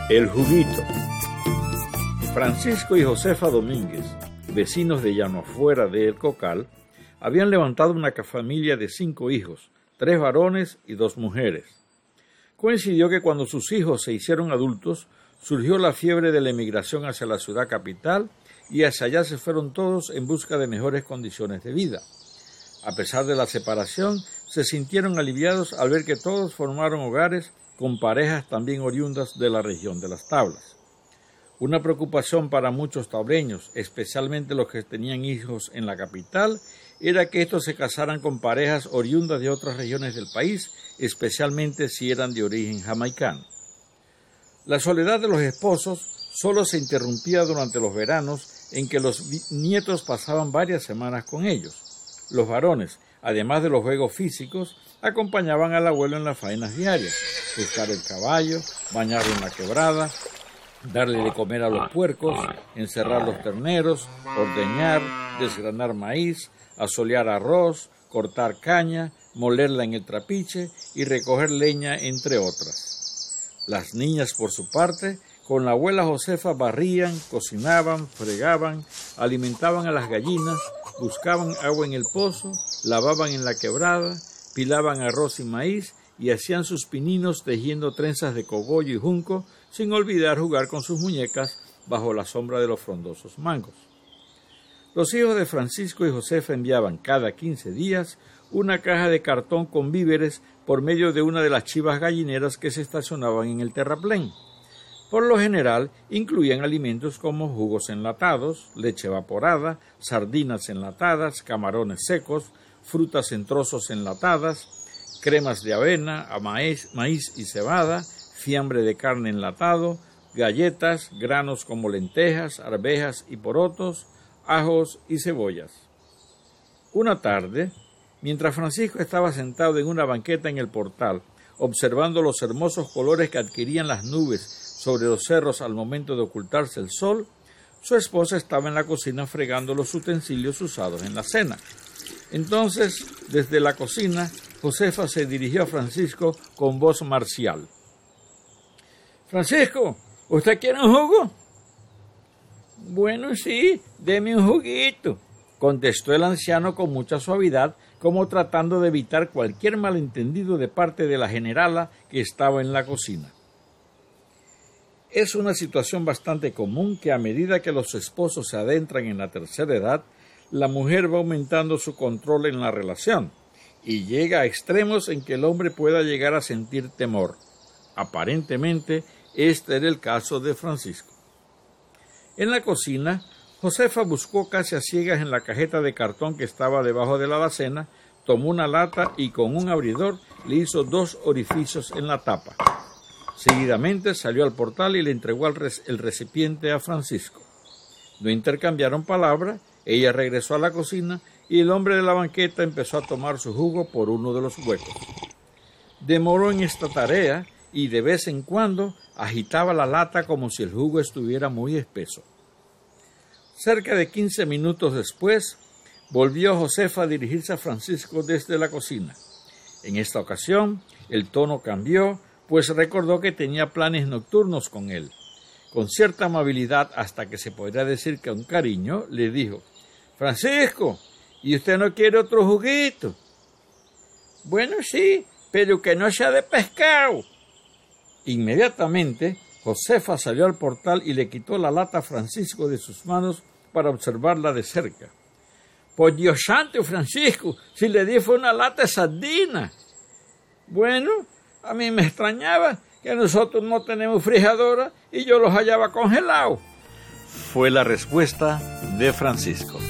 El juguito. Francisco y Josefa Domínguez, vecinos de Llano Afuera de El Cocal, habían levantado una familia de 5 hijos, 3 varones y 2 mujeres. Coincidió que cuando sus hijos se hicieron adultos, surgió la fiebre de la emigración hacia la ciudad capital y hacia allá se fueron todos en busca de mejores condiciones de vida. A pesar de la separación, se sintieron aliviados al ver que todos formaron hogares con parejas también oriundas de la región de las Tablas. Una preocupación para muchos tableños, especialmente los que tenían hijos en la capital, era que estos se casaran con parejas oriundas de otras regiones del país, especialmente si eran de origen jamaicano. La soledad de los esposos solo se interrumpía durante los veranos en que los nietos pasaban varias semanas con ellos. Los varones, además de los juegos físicos, acompañaban al abuelo en las faenas diarias, buscar el caballo, bañarlo en la quebrada, darle de comer a los puercos, encerrar los terneros, ordeñar, desgranar maíz, asolear arroz, cortar caña, molerla en el trapiche y recoger leña, entre otras. Las niñas, por su parte, con la abuela Josefa barrían, cocinaban, fregaban, alimentaban a las gallinas, buscaban agua en el pozo, lavaban en la quebrada, pilaban arroz y maíz y hacían sus pininos tejiendo trenzas de cogollo y junco, sin olvidar jugar con sus muñecas bajo la sombra de los frondosos mangos. Los hijos de Francisco y Josefa enviaban cada 15 días una caja de cartón con víveres por medio de una de las chivas gallineras que se estacionaban en el terraplén. Por lo general, incluían alimentos como jugos enlatados, leche evaporada, sardinas enlatadas, camarones secos, frutas en trozos enlatadas, cremas de avena, maíz y cebada, fiambre de carne enlatado, galletas, granos como lentejas, arvejas y porotos, ajos y cebollas. Una tarde, mientras Francisco estaba sentado en una banqueta en el portal, observando los hermosos colores que adquirían las nubes sobre los cerros al momento de ocultarse el sol, su esposa estaba en la cocina fregando los utensilios usados en la cena. Entonces, desde la cocina, Josefa se dirigió a Francisco con voz marcial. «Francisco, ¿usted quiere un jugo?» «Bueno, sí, deme un juguito», contestó el anciano con mucha suavidad, como tratando de evitar cualquier malentendido de parte de la generala que estaba en la cocina. Es una situación bastante común que a medida que los esposos se adentran en la tercera edad, la mujer va aumentando su control en la relación y llega a extremos en que el hombre pueda llegar a sentir temor. Aparentemente, este era el caso de Francisco. En la cocina, Josefa buscó casi a ciegas en la cajeta de cartón que estaba debajo de la alacena, tomó una lata y con un abridor le hizo 2 orificios en la tapa. Seguidamente salió al portal y le entregó el recipiente a Francisco. No intercambiaron palabra, ella regresó a la cocina y el hombre de la banqueta empezó a tomar su jugo por uno de los huecos. Demoró en esta tarea y de vez en cuando agitaba la lata como si el jugo estuviera muy espeso. Cerca de 15 minutos después, volvió Josefa a dirigirse a Francisco desde la cocina. En esta ocasión, el tono cambió, pues recordó que tenía planes nocturnos con él. Con cierta amabilidad, hasta que se podría decir que un cariño, le dijo: «Francisco, ¿y usted no quiere otro juguito?» «Bueno, sí, pero que no sea de pescado». Inmediatamente, Josefa salió al portal y le quitó la lata a Francisco de sus manos para observarla de cerca. «Por Dios santo, Francisco, si le di fue una lata de sardina». «Bueno, a mí me extrañaba que nosotros no tenemos frijadora y yo los hallaba congelados», fue la respuesta de Francisco.